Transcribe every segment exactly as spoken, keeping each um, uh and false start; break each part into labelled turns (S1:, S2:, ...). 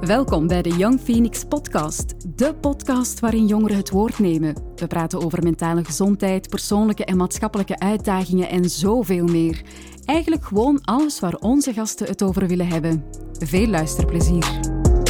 S1: Welkom bij de Young Phoenix podcast, de podcast waarin jongeren het woord nemen. We praten over mentale gezondheid, persoonlijke en maatschappelijke uitdagingen en zoveel meer. Eigenlijk gewoon alles waar onze gasten het over willen hebben. Veel luisterplezier.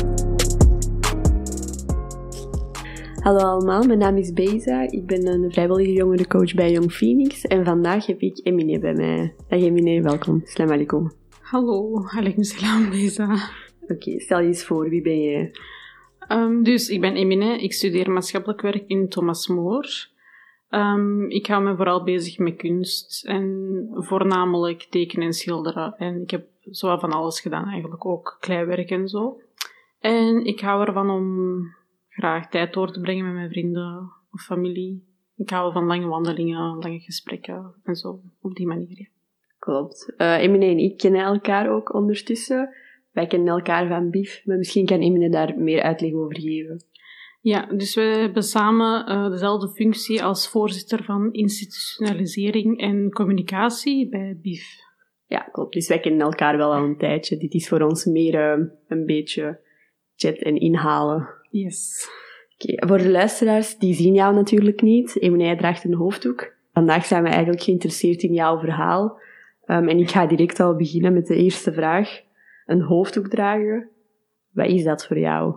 S2: Hallo allemaal, mijn naam is Beza. Ik ben een vrijwillige jongerencoach bij Young Phoenix en vandaag heb ik Emine bij mij. Dag Emine, welkom. Salam alaikum.
S3: Hallo, alaikum salam Beza.
S2: Oké, okay, stel je eens voor, wie ben jij?
S3: Um, dus, ik ben Emine, ik studeer maatschappelijk werk in Thomas More. Um, ik hou me vooral bezig met kunst en voornamelijk tekenen en schilderen. En ik heb zowel van alles gedaan eigenlijk, ook kleiwerk en zo. En ik hou ervan om graag tijd door te brengen met mijn vrienden of familie. Ik hou van lange wandelingen, lange gesprekken en zo, op die manier. Ja.
S2: Klopt. Uh, Emine en ik kennen elkaar ook ondertussen. Wij kennen elkaar van B I F, maar misschien kan Emine daar meer uitleg over geven.
S3: Ja, dus we hebben samen uh, dezelfde functie als voorzitter van institutionalisering en communicatie bij B I F.
S2: Ja, klopt. Dus wij kennen elkaar wel al een tijdje. Dit is voor ons meer uh, een beetje chat en inhalen.
S3: Yes.
S2: Okay, voor de luisteraars, die zien jou natuurlijk niet. Emine draagt een hoofddoek. Vandaag zijn we eigenlijk geïnteresseerd in jouw verhaal. Um, en ik ga direct al beginnen met de eerste vraag. Een hoofddoek dragen, wat is dat voor jou?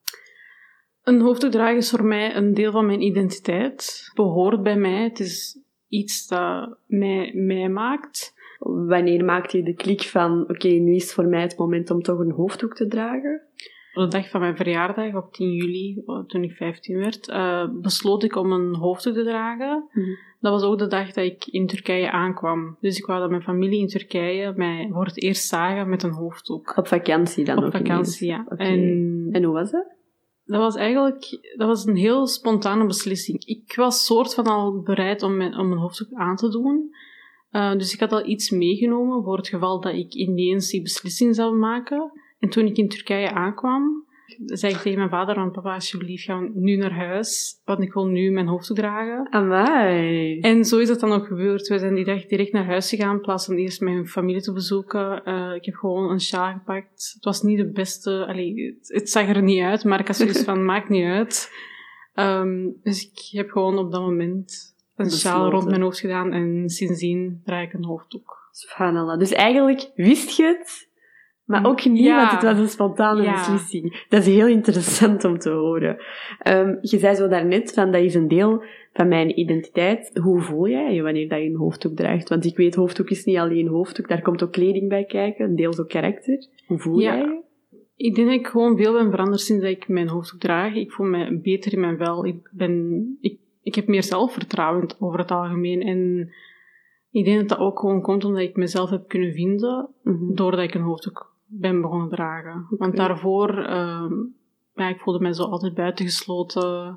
S3: Een hoofddoek dragen is voor mij een deel van mijn identiteit. Het behoort bij mij. Het is iets dat mij, mij maakt.
S2: Wanneer maakte je de klik van, oké, okay, nu is het voor mij het moment om toch een hoofddoek te dragen?
S3: Op de dag van mijn verjaardag, op tien juli, toen ik vijftien werd, uh, besloot ik om een hoofddoek te dragen. Mm-hmm. Dat was ook de dag dat ik in Turkije aankwam. Dus ik wou dat mijn familie in Turkije mij voor het eerst zagen met een hoofddoek.
S2: Op vakantie dan
S3: op
S2: ook?
S3: Op vakantie,
S2: ineens.
S3: ja.
S2: Okay.
S3: En,
S2: en hoe was dat?
S3: Dat was eigenlijk dat was een heel spontane beslissing. Ik was soort van al bereid om mijn, om een hoofddoek aan te doen. Uh, dus ik had al iets meegenomen voor het geval dat ik ineens die beslissing zou maken. En toen ik in Turkije aankwam, zei ik tegen mijn vader, van, papa, alsjeblieft, gaan we nu naar huis, want ik wil nu mijn hoofddoek dragen.
S2: Amai.
S3: En zo is dat dan ook gebeurd. We zijn die dag direct naar huis gegaan, in plaats van eerst mijn familie te bezoeken. Uh, ik heb gewoon een sjaal gepakt. Het was niet de beste, allee, het, het zag er niet uit, maar ik had zoiets van, maakt niet uit. Um, dus ik heb gewoon op dat moment een Besloten. sjaal rond mijn hoofd gedaan en sindsdien draag ik een hoofddoek.
S2: Subhanallah. Dus eigenlijk wist je het, maar ook niet, ja. Want het was een spontane ja. beslissing. Dat is heel interessant om te horen. Um, je zei zo daarnet, van, dat is een deel van mijn identiteit. Hoe voel jij je wanneer dat je een hoofddoek draagt? Want ik weet, hoofddoek is niet alleen hoofddoek, daar komt ook kleding bij kijken, deels ook karakter. Hoe voel ja. jij je?
S3: Ik denk dat ik gewoon veel ben veranderd sinds dat ik mijn hoofddoek draag. Ik voel me beter in mijn vel. Ik, ben, ik, ik heb meer zelfvertrouwen over het algemeen. En ik denk dat dat ook gewoon komt omdat ik mezelf heb kunnen vinden, mm-hmm. doordat ik een hoofddoek ben begonnen dragen. Okay. Want daarvoor, uh, ja, ik voelde mij zo altijd buitengesloten.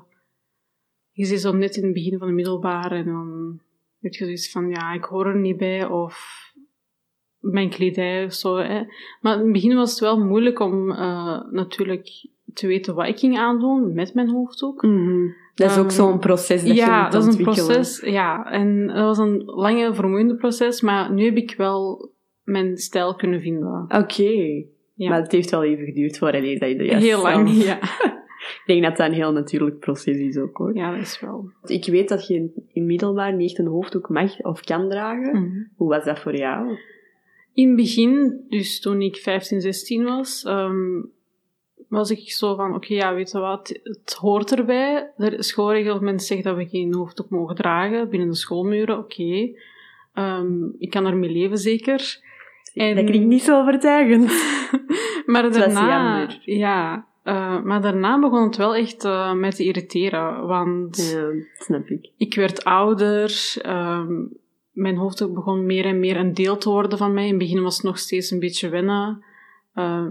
S3: Je zit zo net in het begin van de middelbare en dan heb je zoiets van, ja, ik hoor er niet bij, of mijn kledij of zo. Hè. Maar in het begin was het wel moeilijk om uh, natuurlijk te weten wat ik ging aandoen met mijn hoofddoek.
S2: Mm-hmm. Dat is um, ook zo'n proces dat
S3: ja,
S2: je moet
S3: dat is een
S2: ontwikkelen.
S3: proces, ja. En dat was een lange, vermoeiende proces, maar nu heb ik wel mijn stijl kunnen vinden.
S2: Oké. Okay. Ja. Maar het heeft wel even geduurd voordat je dat je de juiste
S3: Heel lang,
S2: zelf...
S3: ja.
S2: Ik denk dat dat een heel natuurlijk proces is ook, hoor.
S3: Ja, dat is wel.
S2: Ik weet dat je in middelbaar niet echt een hoofddoek mag of kan dragen. Mm-hmm. Hoe was dat voor jou?
S3: In het begin, dus toen ik vijftien, zestien was, um, was ik zo van, oké, okay, ja, weet je wat, het hoort erbij. De schoolreglement zegt dat we geen hoofddoek mogen dragen binnen de schoolmuren, oké. Okay. Um, ik kan ermee leven, zeker.
S2: En... Dat klinkt niet zo overtuigend.
S3: maar daarna, ja, uh, maar daarna begon het wel echt uh, mij te irriteren, want
S2: ja, snap ik.
S3: Ik werd ouder, um, mijn hoofddoek begon meer en meer een deel te worden van mij. In het begin was het nog steeds een beetje wennen. Uh,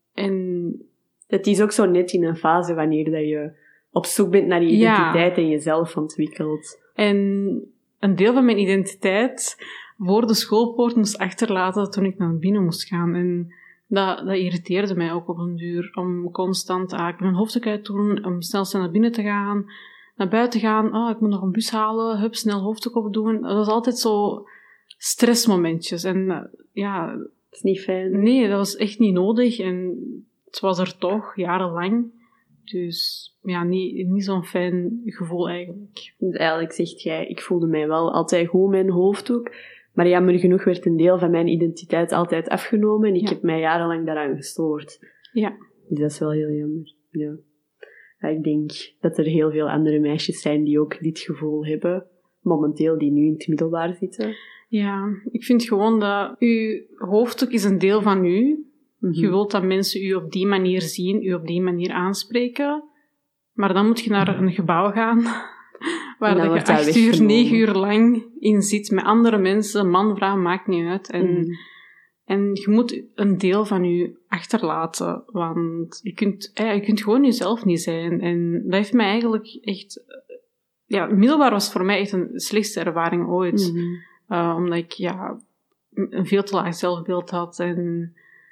S3: en
S2: het is ook zo net in een fase wanneer dat je op zoek bent naar je identiteit ja. en jezelf ontwikkelt.
S3: En een deel van mijn identiteit voor de schoolpoort moest achterlaten toen ik naar binnen moest gaan. En dat, dat irriteerde mij ook op een duur. Om constant ah, ik mijn hoofddoek uit te doen, om snel snel naar binnen te gaan, naar buiten gaan. Oh, ik moet nog een bus halen, hup, snel hoofddoek opdoen. Dat was altijd zo stressmomentjes. En uh, ja...
S2: Dat is niet fijn.
S3: Nee, dat was echt niet nodig. En het het was er toch, jarenlang. Dus ja, niet, niet zo'n fijn gevoel eigenlijk.
S2: Dus eigenlijk zegt jij, ik voelde mij wel altijd goed met mijn hoofddoek, maar jammer genoeg werd een deel van mijn identiteit altijd afgenomen en ik ja. heb mij jarenlang daaraan gestoord.
S3: Ja.
S2: Dus dat is wel heel jammer. Ja. Ja, ik denk dat er heel veel andere meisjes zijn die ook dit gevoel hebben, momenteel, die nu in het middelbaar zitten.
S3: Ja, ik vind gewoon dat uw hoofddoek is een deel van u. Mm-hmm. Je wilt dat mensen u op die manier zien, u op die manier aanspreken. Maar dan moet je naar een gebouw gaan waar je acht uur, negen uur lang in zit met andere mensen, man, vrouw, maakt niet uit. En, mm. en je moet een deel van je achterlaten, want je kunt, ja, je kunt gewoon jezelf niet zijn. En dat heeft mij eigenlijk echt... Ja, middelbaar was voor mij echt een slechtste ervaring ooit. Mm-hmm. Uh, omdat ik ja, een veel te laag zelfbeeld had en...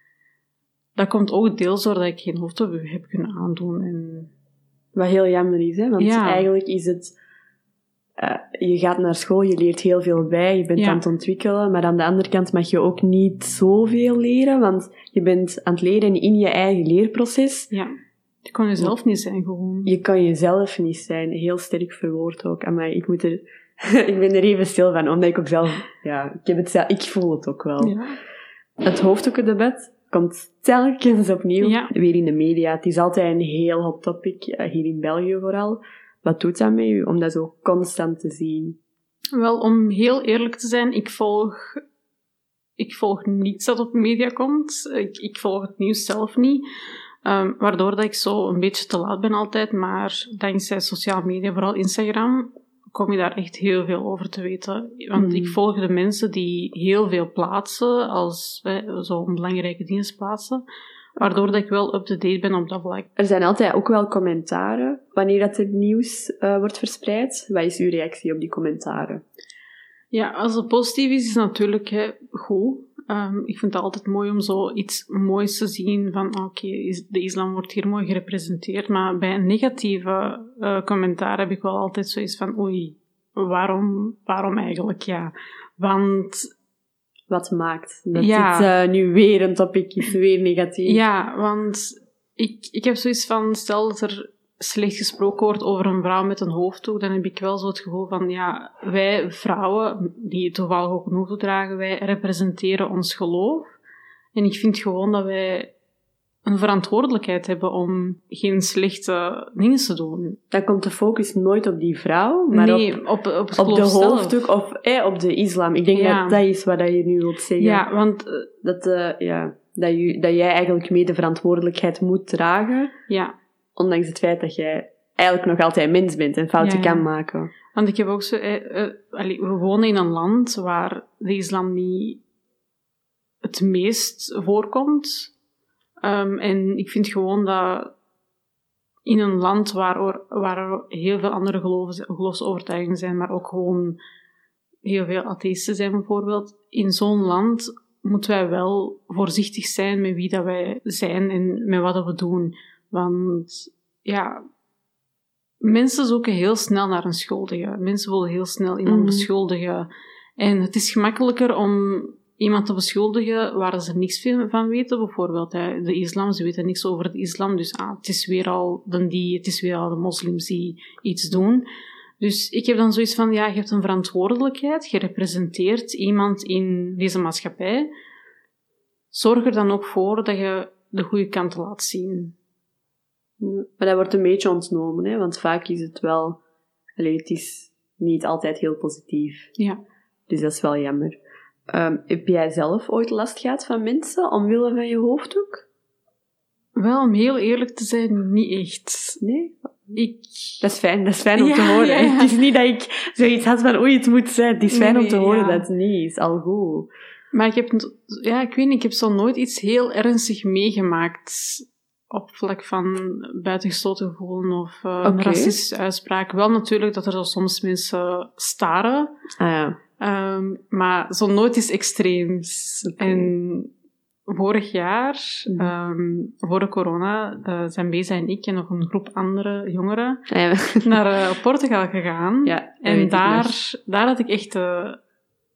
S3: Dat komt ook deels doordat ik geen hoofddoek heb kunnen aandoen. En...
S2: Wat heel jammer is, hè? Want ja. eigenlijk is het... Uh, je gaat naar school, je leert heel veel bij, je bent ja. aan het ontwikkelen, maar aan de andere kant mag je ook niet zoveel leren, want je bent aan het leren in je eigen leerproces.
S3: Ja, je kan jezelf ja. niet zijn gewoon.
S2: Je kan jezelf niet zijn, heel sterk verwoord ook. Maar ik moet er... ik ben er even stil van, omdat ik ook zelf... Ja, ik, heb het zelf, ik voel het ook wel. Ja. Het hoofddoekendebat komt telkens opnieuw, ja. weer in de media. Het is altijd een heel hot topic, hier in België vooral. Wat doet dat met u, om dat zo constant te zien?
S3: Wel, om heel eerlijk te zijn, ik volg, ik volg niets dat op media komt. Ik, ik volg het nieuws zelf niet. Um, waardoor dat ik zo een beetje te laat ben altijd. Maar dankzij sociale media, vooral Instagram, kom je daar echt heel veel over te weten. Want mm. ik volg de mensen die heel veel plaatsen, als eh, zo'n belangrijke dienst plaatsen, waardoor dat ik wel up-to-date ben op dat vlak.
S2: Er zijn altijd ook wel commentaren wanneer dat het nieuws uh, wordt verspreid. Wat is uw reactie op die commentaren?
S3: Ja, als het positief is, is het natuurlijk hè, goed. Um, ik vind het altijd mooi om zo iets moois te zien van, oké, okay, de islam wordt hier mooi gerepresenteerd, maar bij een negatieve uh, commentaar heb ik wel altijd zoiets van, oei, waarom, waarom eigenlijk, ja. Want...
S2: Wat maakt dat ja, dit uh, nu weer een topic is, weer negatief?
S3: Ja, want ik, ik heb zoiets van, stel dat er slecht gesproken wordt over een vrouw met een hoofddoek, dan heb ik wel zo het gevoel van, ja, wij vrouwen, die toevallig ook een hoofddoek dragen, wij representeren ons geloof. En ik vind gewoon dat wij een verantwoordelijkheid hebben om geen slechte dingen te doen.
S2: Dan komt de focus nooit op die vrouw, maar
S3: nee,
S2: op,
S3: op, op, het
S2: op de hoofddoek of eh, op de islam. Ik denk ja. dat dat is wat je nu wilt zeggen.
S3: Ja, want... Uh,
S2: dat, uh, ja, dat, je, dat jij eigenlijk mee de verantwoordelijkheid moet dragen.
S3: Ja.
S2: Ondanks het feit dat jij eigenlijk nog altijd mens bent en fouten ja, ja. kan maken.
S3: Want ik heb ook zo... Eh, uh, allee, we wonen in een land waar de islam niet het meest voorkomt. Um, en ik vind gewoon dat in een land waar er, waar er heel veel andere geloofsovertuigingen zijn, maar ook gewoon heel veel atheïsten zijn bijvoorbeeld, in zo'n land moeten wij wel voorzichtig zijn met wie dat wij zijn en met wat we doen. Want ja, mensen zoeken heel snel naar een schuldige. Mensen willen heel snel iemand mm. beschuldigen. En het is gemakkelijker om iemand te beschuldigen waar ze niks van weten. Bijvoorbeeld hè, de islam, ze weten niks over de islam. Dus ah, het is weer al de, die, het is weer al de moslims die iets doen. Dus ik heb dan zoiets van, ja, je hebt een verantwoordelijkheid. Je representeert iemand in deze maatschappij. Zorg er dan ook voor dat je de goede kant laat zien.
S2: Maar dat wordt een beetje ontnomen, hè? Want vaak is het wel... Allee, het is niet altijd heel positief.
S3: Ja.
S2: Dus dat is wel jammer. Um, heb jij zelf ooit last gehad van mensen omwille van je hoofddoek?
S3: Wel, om heel eerlijk te zijn, niet echt.
S2: Nee?
S3: Ik...
S2: Dat is fijn, dat is fijn om
S3: ja,
S2: te horen.
S3: Ja, ja.
S2: Het is niet dat ik zoiets had van, oei, het moet zijn. Het is fijn nee, om te horen ja. dat het niet is. Al goed.
S3: Maar ik heb... Ja, ik weet niet, ik heb zo nooit iets heel ernstig meegemaakt op vlak van buitengesloten gevoelen of uh, okay. een racistische uitspraak. Wel natuurlijk dat er zo soms mensen staren.
S2: Ah ja.
S3: Um, maar zo nooit iets extreems. Okay. En vorig jaar, um, voor de corona, uh, zijn Beza en ik en nog een groep andere jongeren
S2: ah, ja.
S3: naar uh, Portugal gegaan.
S2: Ja,
S3: en daar, daar had ik echt uh,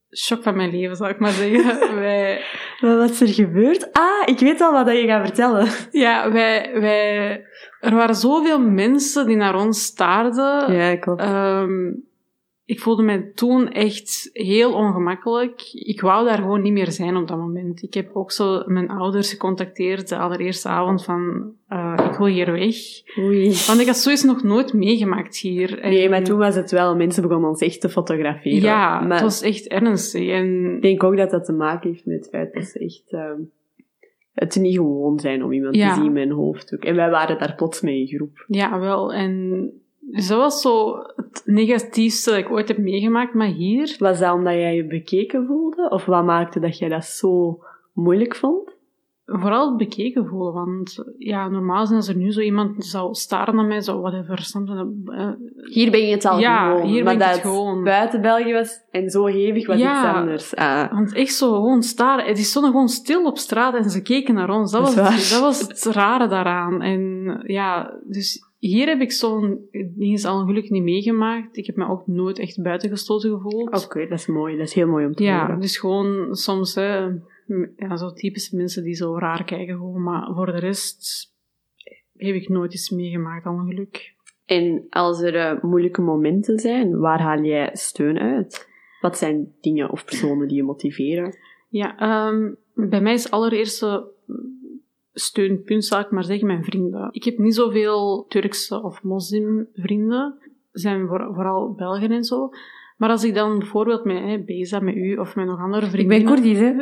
S3: shock van mijn leven, zou ik maar zeggen. wij...
S2: Maar wat is er gebeurd? Ah, ik weet al wat je gaat vertellen.
S3: Ja, wij, wij... Er waren zoveel mensen die naar ons staarden.
S2: Ja, klopt.
S3: Um, ik voelde mij toen echt heel ongemakkelijk. Ik wou daar gewoon niet meer zijn op dat moment. Ik heb ook zo mijn ouders gecontacteerd de allereerste avond van... Uh, ik wil hier weg.
S2: Oei.
S3: Want ik had zoiets nog nooit meegemaakt hier. En...
S2: Nee, maar toen was het wel... Mensen begonnen ons echt te fotograferen.
S3: Ja,
S2: maar
S3: het was echt ernstig. En...
S2: ik denk ook dat dat te maken heeft met het feit dat ze echt... Um, het niet gewoon zijn om iemand
S3: ja.
S2: te zien met een hoofddoek. En wij waren daar plots mee in groep.
S3: Ja, wel. En... Dus dat was zo het negatiefste dat ik ooit heb meegemaakt, maar hier...
S2: Was dat omdat jij je bekeken voelde? Of wat maakte dat jij dat zo moeilijk vond?
S3: Vooral het bekeken voelen, want ja, normaal is als er nu zo iemand zou staren naar mij, zo whatever. Uh,
S2: hier ben je het al
S3: ja,
S2: gewoon.
S3: Hier
S2: maar
S3: ben ik
S2: dat
S3: het gewoon.
S2: Buiten België was en zo hevig was
S3: ja,
S2: iets anders. Ah.
S3: Want echt zo gewoon staren. Het is stonden gewoon stil op straat en ze keken naar ons. Dat, dat was, het, dat was het rare daaraan. En ja, dus... Hier heb ik zo'n ding al gelukkig niet meegemaakt. Ik heb me ook nooit echt buitengesloten gevoeld.
S2: Oké, okay, dat is mooi. Dat is heel mooi om te
S3: ja,
S2: horen.
S3: Ja, dus gewoon soms, hè, ja, zo typische mensen die zo raar kijken gewoon. Maar voor de rest heb ik nooit iets meegemaakt, al een geluk.
S2: En als er uh, moeilijke momenten zijn, waar haal jij steun uit? Wat zijn dingen of personen die je motiveren?
S3: Ja, um, bij mij is het allereerste... steunpunt, zou ik maar zeggen, mijn vrienden. Ik heb niet zoveel Turkse of moslimvrienden. Ze zijn voor, vooral Belgen en zo. Maar als ik dan bijvoorbeeld met hè, Beza, met u of met nog andere vrienden...
S2: Ik ben Koerdisch, hè?
S3: Oké,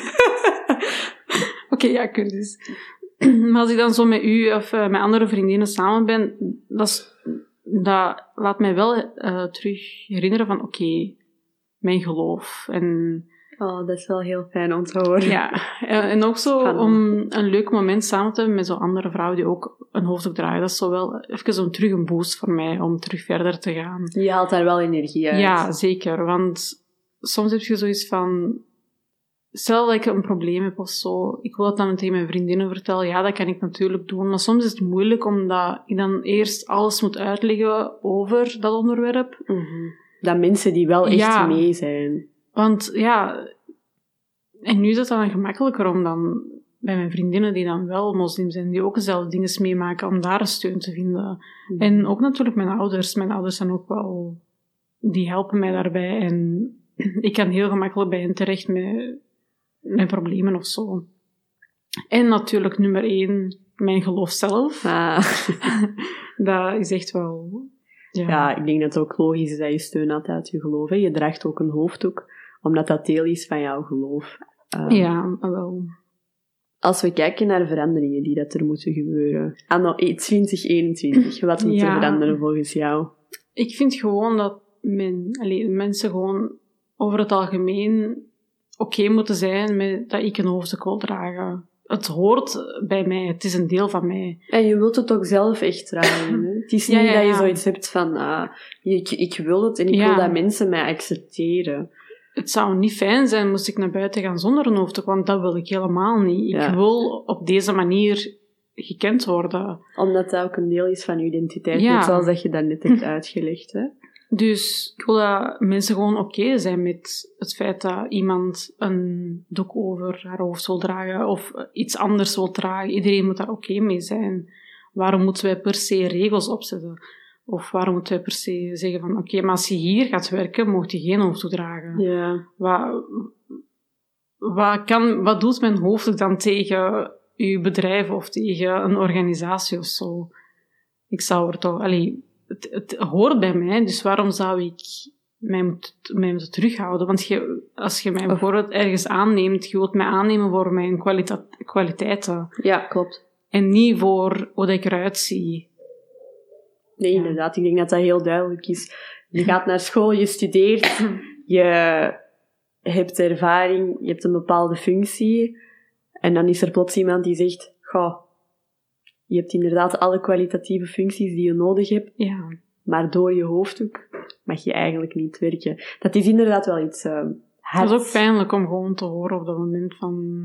S3: okay, ja, Koerdisch. Maar als ik dan zo met u of uh, met andere vriendinnen samen ben, dat, is, dat laat mij wel uh, terug herinneren van, oké, okay, mijn geloof. En...
S2: Oh, dat is wel heel fijn om te horen.
S3: Ja, en ook zo om een leuk moment samen te hebben met zo'n andere vrouw die ook een hoofddoek draagt. Dat is zo wel even zo'n terug een boost voor mij om terug verder te gaan.
S2: Je haalt daar wel energie uit.
S3: Ja, zeker. Want soms heb je zoiets van... Stel dat ik een probleem heb of zo, ik wil het dan tegen mijn vriendinnen vertellen. Ja, dat kan ik natuurlijk doen. Maar soms is het moeilijk omdat ik dan eerst alles moet uitleggen over dat onderwerp.
S2: Mm-hmm. Dat mensen die wel echt
S3: ja.
S2: mee zijn...
S3: Want ja, en nu is het dan gemakkelijker om dan bij mijn vriendinnen die dan wel moslim zijn, die ook dezelfde dingen meemaken, om daar een steun te vinden. Mm. En ook natuurlijk mijn ouders. Mijn ouders zijn ook wel, die helpen mij daarbij. En ik kan heel gemakkelijk bij hen terecht met mijn problemen of zo. En natuurlijk nummer één, mijn geloof zelf.
S2: Ah.
S3: Dat is echt wel...
S2: Ja. ja, ik denk dat het ook logisch is dat je steun had uit je geloof. Hè. Je draagt ook een hoofddoek, omdat dat deel is van jouw geloof.
S3: Um, ja, wel.
S2: Als we kijken naar veranderingen die dat er moeten gebeuren. Anno twintig eenentwintig, wat moet ja. er veranderen volgens jou?
S3: Ik vind gewoon dat men, allez, mensen gewoon over het algemeen oké okay moeten zijn met dat ik een hoofddoek wil dragen. Het hoort bij mij, het is een deel van mij.
S2: En je wilt het ook zelf echt dragen. Hè? Het is niet ja, ja, ja. dat je zoiets hebt van, uh, ik, ik wil het en ik ja. wil dat mensen mij accepteren.
S3: Het zou niet fijn zijn moest ik naar buiten gaan zonder een hoofddoek, want dat wil ik helemaal niet. Ja. Ik wil op deze manier gekend worden.
S2: Omdat dat ook een deel is van je identiteit, ja. net zoals dat je dat net hebt uitgelegd. Hè?
S3: Dus ik wil dat mensen gewoon oké okay zijn met het feit dat iemand een doek over haar hoofd wil dragen of iets anders wil dragen. Iedereen moet daar oké okay mee zijn. Waarom moeten wij per se regels opzetten? Of waarom moeten wij per se zeggen van oké, okay, maar als je hier gaat werken, mocht je geen hoofddoek dragen.
S2: Ja.
S3: Wat, wat, kan, wat doet mijn hoofddoek dan tegen uw bedrijf of tegen een organisatie of zo? Ik zou er toch... Allee, Het, het hoort bij mij, dus waarom zou ik mij moeten, mij moeten terughouden? Want je, als je mij bijvoorbeeld ergens aanneemt, je wilt mij aannemen voor mijn kwalita- kwaliteiten.
S2: Ja, klopt.
S3: En niet voor hoe ik eruit zie.
S2: Nee, ja. inderdaad. Ik denk dat dat heel duidelijk is. Je gaat naar school, je studeert, je hebt ervaring, je hebt een bepaalde functie. En dan is er plots iemand die zegt, goh, je hebt inderdaad alle kwalitatieve functies die je nodig hebt,
S3: ja.
S2: maar door je hoofddoek mag je eigenlijk niet werken. Dat is inderdaad wel iets uh, hards.
S3: Het is ook pijnlijk om gewoon te horen op dat moment van...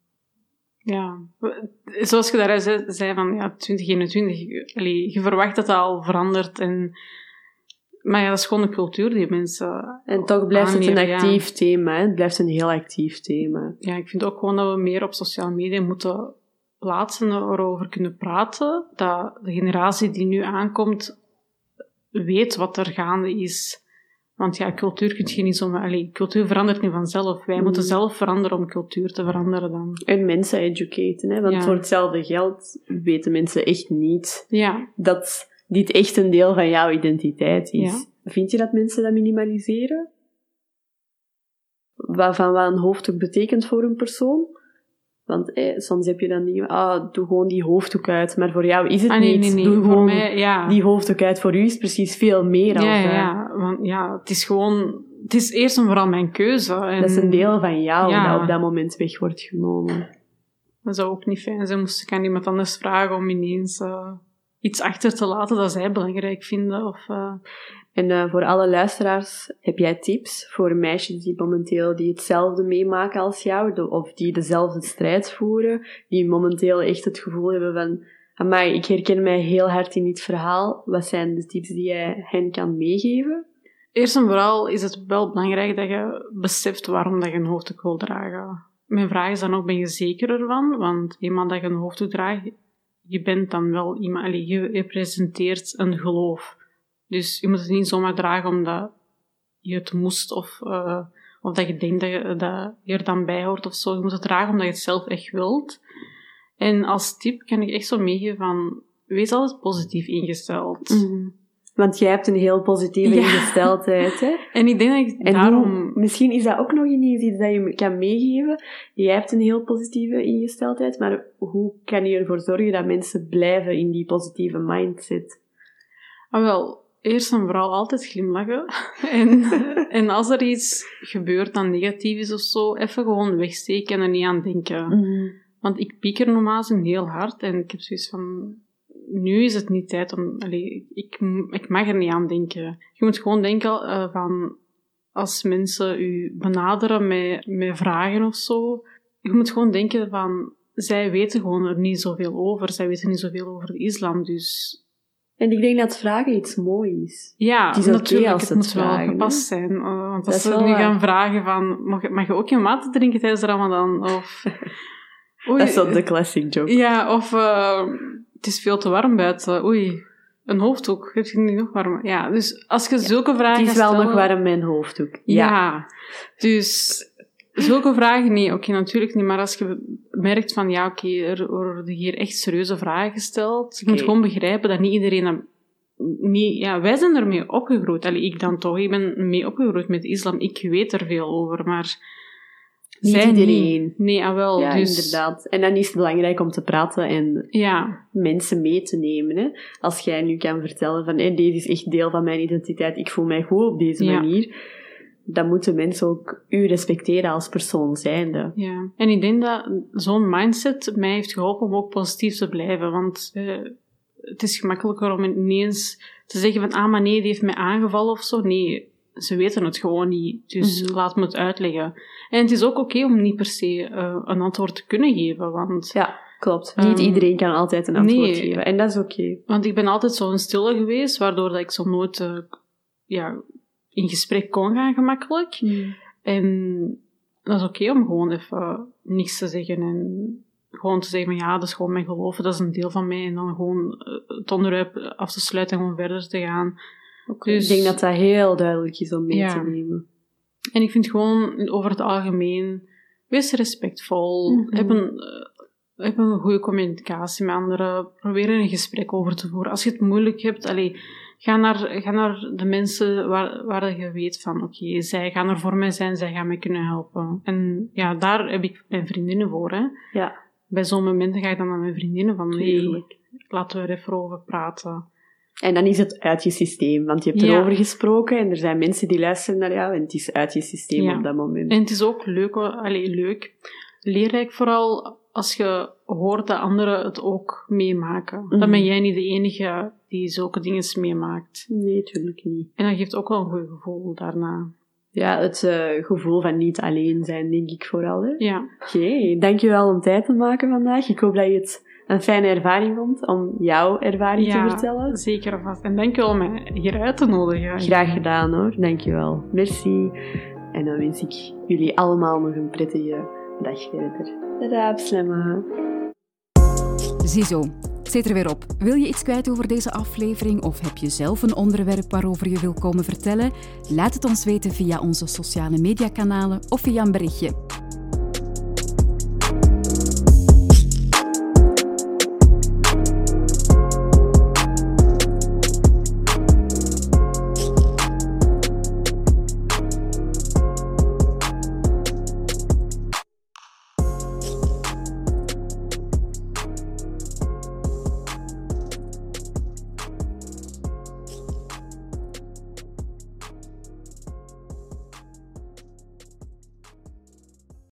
S3: Ja, zoals je daar zei, van ja, twintig eenentwintig, allee, je verwacht dat dat al verandert en Maar ja, dat is gewoon een cultuur die mensen...
S2: En toch blijft
S3: aannemen,
S2: het een actief
S3: ja.
S2: thema. Hè? Het blijft een heel actief thema.
S3: Ja, ik vind ook gewoon dat we meer op sociale media moeten plaatsen en erover kunnen praten. Dat de generatie die nu aankomt weet wat er gaande is. Want ja, cultuur kun je niet zomaar... Allee, cultuur verandert niet vanzelf. Wij mm. moeten zelf veranderen om cultuur te veranderen dan.
S2: En mensen educaten, hè? Want
S3: ja.
S2: voor hetzelfde geld weten mensen echt niet
S3: ja.
S2: dat dit echt een deel van jouw identiteit is.
S3: Ja.
S2: Vind je dat mensen dat minimaliseren? Waarvan wat een hoofddoek betekent voor een persoon? Want eh, soms heb je dan dingen, ah, doe gewoon die hoofddoek uit. Maar voor jou is het
S3: ah, nee,
S2: niet.
S3: Nee, nee.
S2: Doe
S3: voor
S2: gewoon
S3: mij, ja.
S2: die hoofddoek uit. Voor u is precies veel meer dan
S3: ja,
S2: dat.
S3: Ja, want ja, het is gewoon... Het is eerst en vooral mijn keuze. En,
S2: dat is een deel van jou
S3: ja.
S2: dat op dat moment weg wordt genomen.
S3: Dat zou ook niet fijn zijn. Moest ik aan iemand anders vragen om ineens uh, iets achter te laten dat zij belangrijk vinden. Of, uh...
S2: En uh, voor alle luisteraars, heb jij tips voor meisjes die momenteel die hetzelfde meemaken als jou, of die dezelfde strijd voeren, die momenteel echt het gevoel hebben van, amai, ik herken mij heel hard in dit verhaal. Wat zijn de tips die jij hen kan meegeven?
S3: Eerst en vooral is het wel belangrijk dat je beseft waarom dat je een hoofddoek wil dragen. Mijn vraag is dan ook, ben je zeker ervan? Want eenmaal dat je een hoofddoek draagt, je bent dan wel iemand, allez, je representeert een geloof. Dus je moet het niet zomaar dragen omdat je het moest of, uh, of dat je denkt dat je, dat je er dan bij hoort of zo. Je moet het dragen omdat je het zelf echt wilt. En als tip kan ik echt zo meegeven van, wees altijd positief ingesteld.
S2: Mm-hmm. Want jij hebt een heel positieve ja. ingesteldheid, hè?
S3: En ik denk dat ik
S2: en
S3: daarom...
S2: Hoe, misschien is dat ook nog niet iets dat je kan meegeven. Jij hebt een heel positieve ingesteldheid, maar hoe kan je ervoor zorgen dat mensen blijven in die positieve mindset?
S3: Ah, wel, eerst en vooral altijd glimlachen. en, en als er iets gebeurt dat negatief is of zo, even gewoon wegsteken en er niet aan denken.
S2: Mm-hmm.
S3: Want ik pieker normaal zo heel hard en ik heb zoiets van... Nu is het niet tijd om... Allee, ik, ik mag er niet aan denken. Je moet gewoon denken uh, van... Als mensen u benaderen met, met vragen of zo... Je moet gewoon denken van... Zij weten gewoon er niet zoveel over. Zij weten niet zoveel over de islam, dus...
S2: En ik denk dat vragen iets moois is.
S3: Ja,
S2: het is
S3: natuurlijk.
S2: Als
S3: het,
S2: het
S3: moet
S2: vragen,
S3: wel gepast zijn. Uh, want als
S2: ze
S3: ze nu waar. gaan vragen van... Mag, mag je ook je water drinken tijdens de Ramadan? Of...
S2: Oei, dat is wel de classic joke.
S3: Ja, of... Uh, het is veel te warm buiten. Oei, een hoofddoek. Heb je niet nog warm? Ja, dus als je zulke vragen
S2: Het is wel
S3: stellen,
S2: nog warm, mijn hoofddoek.
S3: Ja. ja. Dus zulke vragen, nee, oké, okay, natuurlijk niet. Maar als je merkt van, ja, oké, okay, er worden hier echt serieuze vragen gesteld. Je okay. moet gewoon begrijpen dat niet iedereen... Dat, niet, ja, wij zijn ermee opgegroeid. Allee, ik dan toch. Ik ben mee opgegroeid met de islam. Ik weet er veel over, maar...
S2: Niet
S3: Zij
S2: iedereen.
S3: Niet. Nee, ah wel.
S2: Ja,
S3: dus...
S2: inderdaad. En dan is het belangrijk om te praten en
S3: ja.
S2: mensen mee te nemen. Hè? Als jij nu kan vertellen van, hey, deze is echt deel van mijn identiteit, ik voel mij goed op deze
S3: ja.
S2: manier, dan moeten mensen ook u respecteren als persoon zijnde.
S3: Ja, en ik denk dat zo'n mindset mij heeft geholpen om ook positief te blijven. Want uh, het is gemakkelijker om ineens te zeggen van, ah, maar nee, die heeft mij aangevallen of zo. Nee, ze weten het gewoon niet, dus mm-hmm. laat me het uitleggen. En het is ook oké okay om niet per se uh, een antwoord te kunnen geven, want...
S2: Ja, klopt. Um, niet iedereen kan altijd een antwoord
S3: nee,
S2: geven, en dat is oké. Okay.
S3: Want ik ben altijd zo'n stille geweest, waardoor dat ik zo nooit uh, ja, in gesprek kon gaan gemakkelijk.
S2: Mm.
S3: En dat is oké okay om gewoon even uh, niks te zeggen en gewoon te zeggen, ja, dat is gewoon mijn geloof, dat is een deel van mij, en dan gewoon uh, het onderwerp af te sluiten en gewoon verder te gaan.
S2: Okay. Dus, ik denk dat dat heel duidelijk is om mee ja. te nemen.
S3: En ik vind gewoon, over het algemeen, wees respectvol, mm-hmm. heb, een, uh, heb een goede communicatie met anderen, probeer er een gesprek over te voeren. Als je het moeilijk hebt, allee, ga, naar, ga naar de mensen waar, waar je weet van, oké, okay, zij gaan er voor mij zijn, zij gaan mij kunnen helpen. En ja, daar heb ik mijn vriendinnen voor, hè.
S2: Ja.
S3: Bij zo'n momenten ga ik dan naar mijn vriendinnen van, nee, hey, laten we er even over praten.
S2: En dan is het uit je systeem, want je hebt
S3: ja.
S2: erover gesproken en er zijn mensen die luisteren naar jou en het is uit je systeem
S3: ja.
S2: op dat moment.
S3: En het is ook leuk, allez, leuk, leerrijk vooral als je hoort dat anderen het ook meemaken. Mm-hmm. Dan ben jij niet de enige die zulke dingen meemaakt.
S2: Nee, natuurlijk niet.
S3: En dat geeft ook wel een goed gevoel daarna.
S2: Ja, het uh, gevoel van niet alleen zijn, denk ik vooral. Hè?
S3: Ja.
S2: Oké, okay, dankjewel om tijd te maken vandaag. Ik hoop dat je het een fijne ervaring vond om jouw ervaring
S3: ja,
S2: te vertellen.
S3: Zeker vast. En dank je wel om mij hier uit te nodigen.
S2: Graag gedaan hoor, dank je wel. Merci. En dan wens ik jullie allemaal nog een prettige dag verder. Dadah, Slemme.
S1: Ziezo, het zit er weer op. Wil je iets kwijt over deze aflevering of heb je zelf een onderwerp waarover je wil komen vertellen? Laat het ons weten via onze sociale mediakanalen of via een berichtje.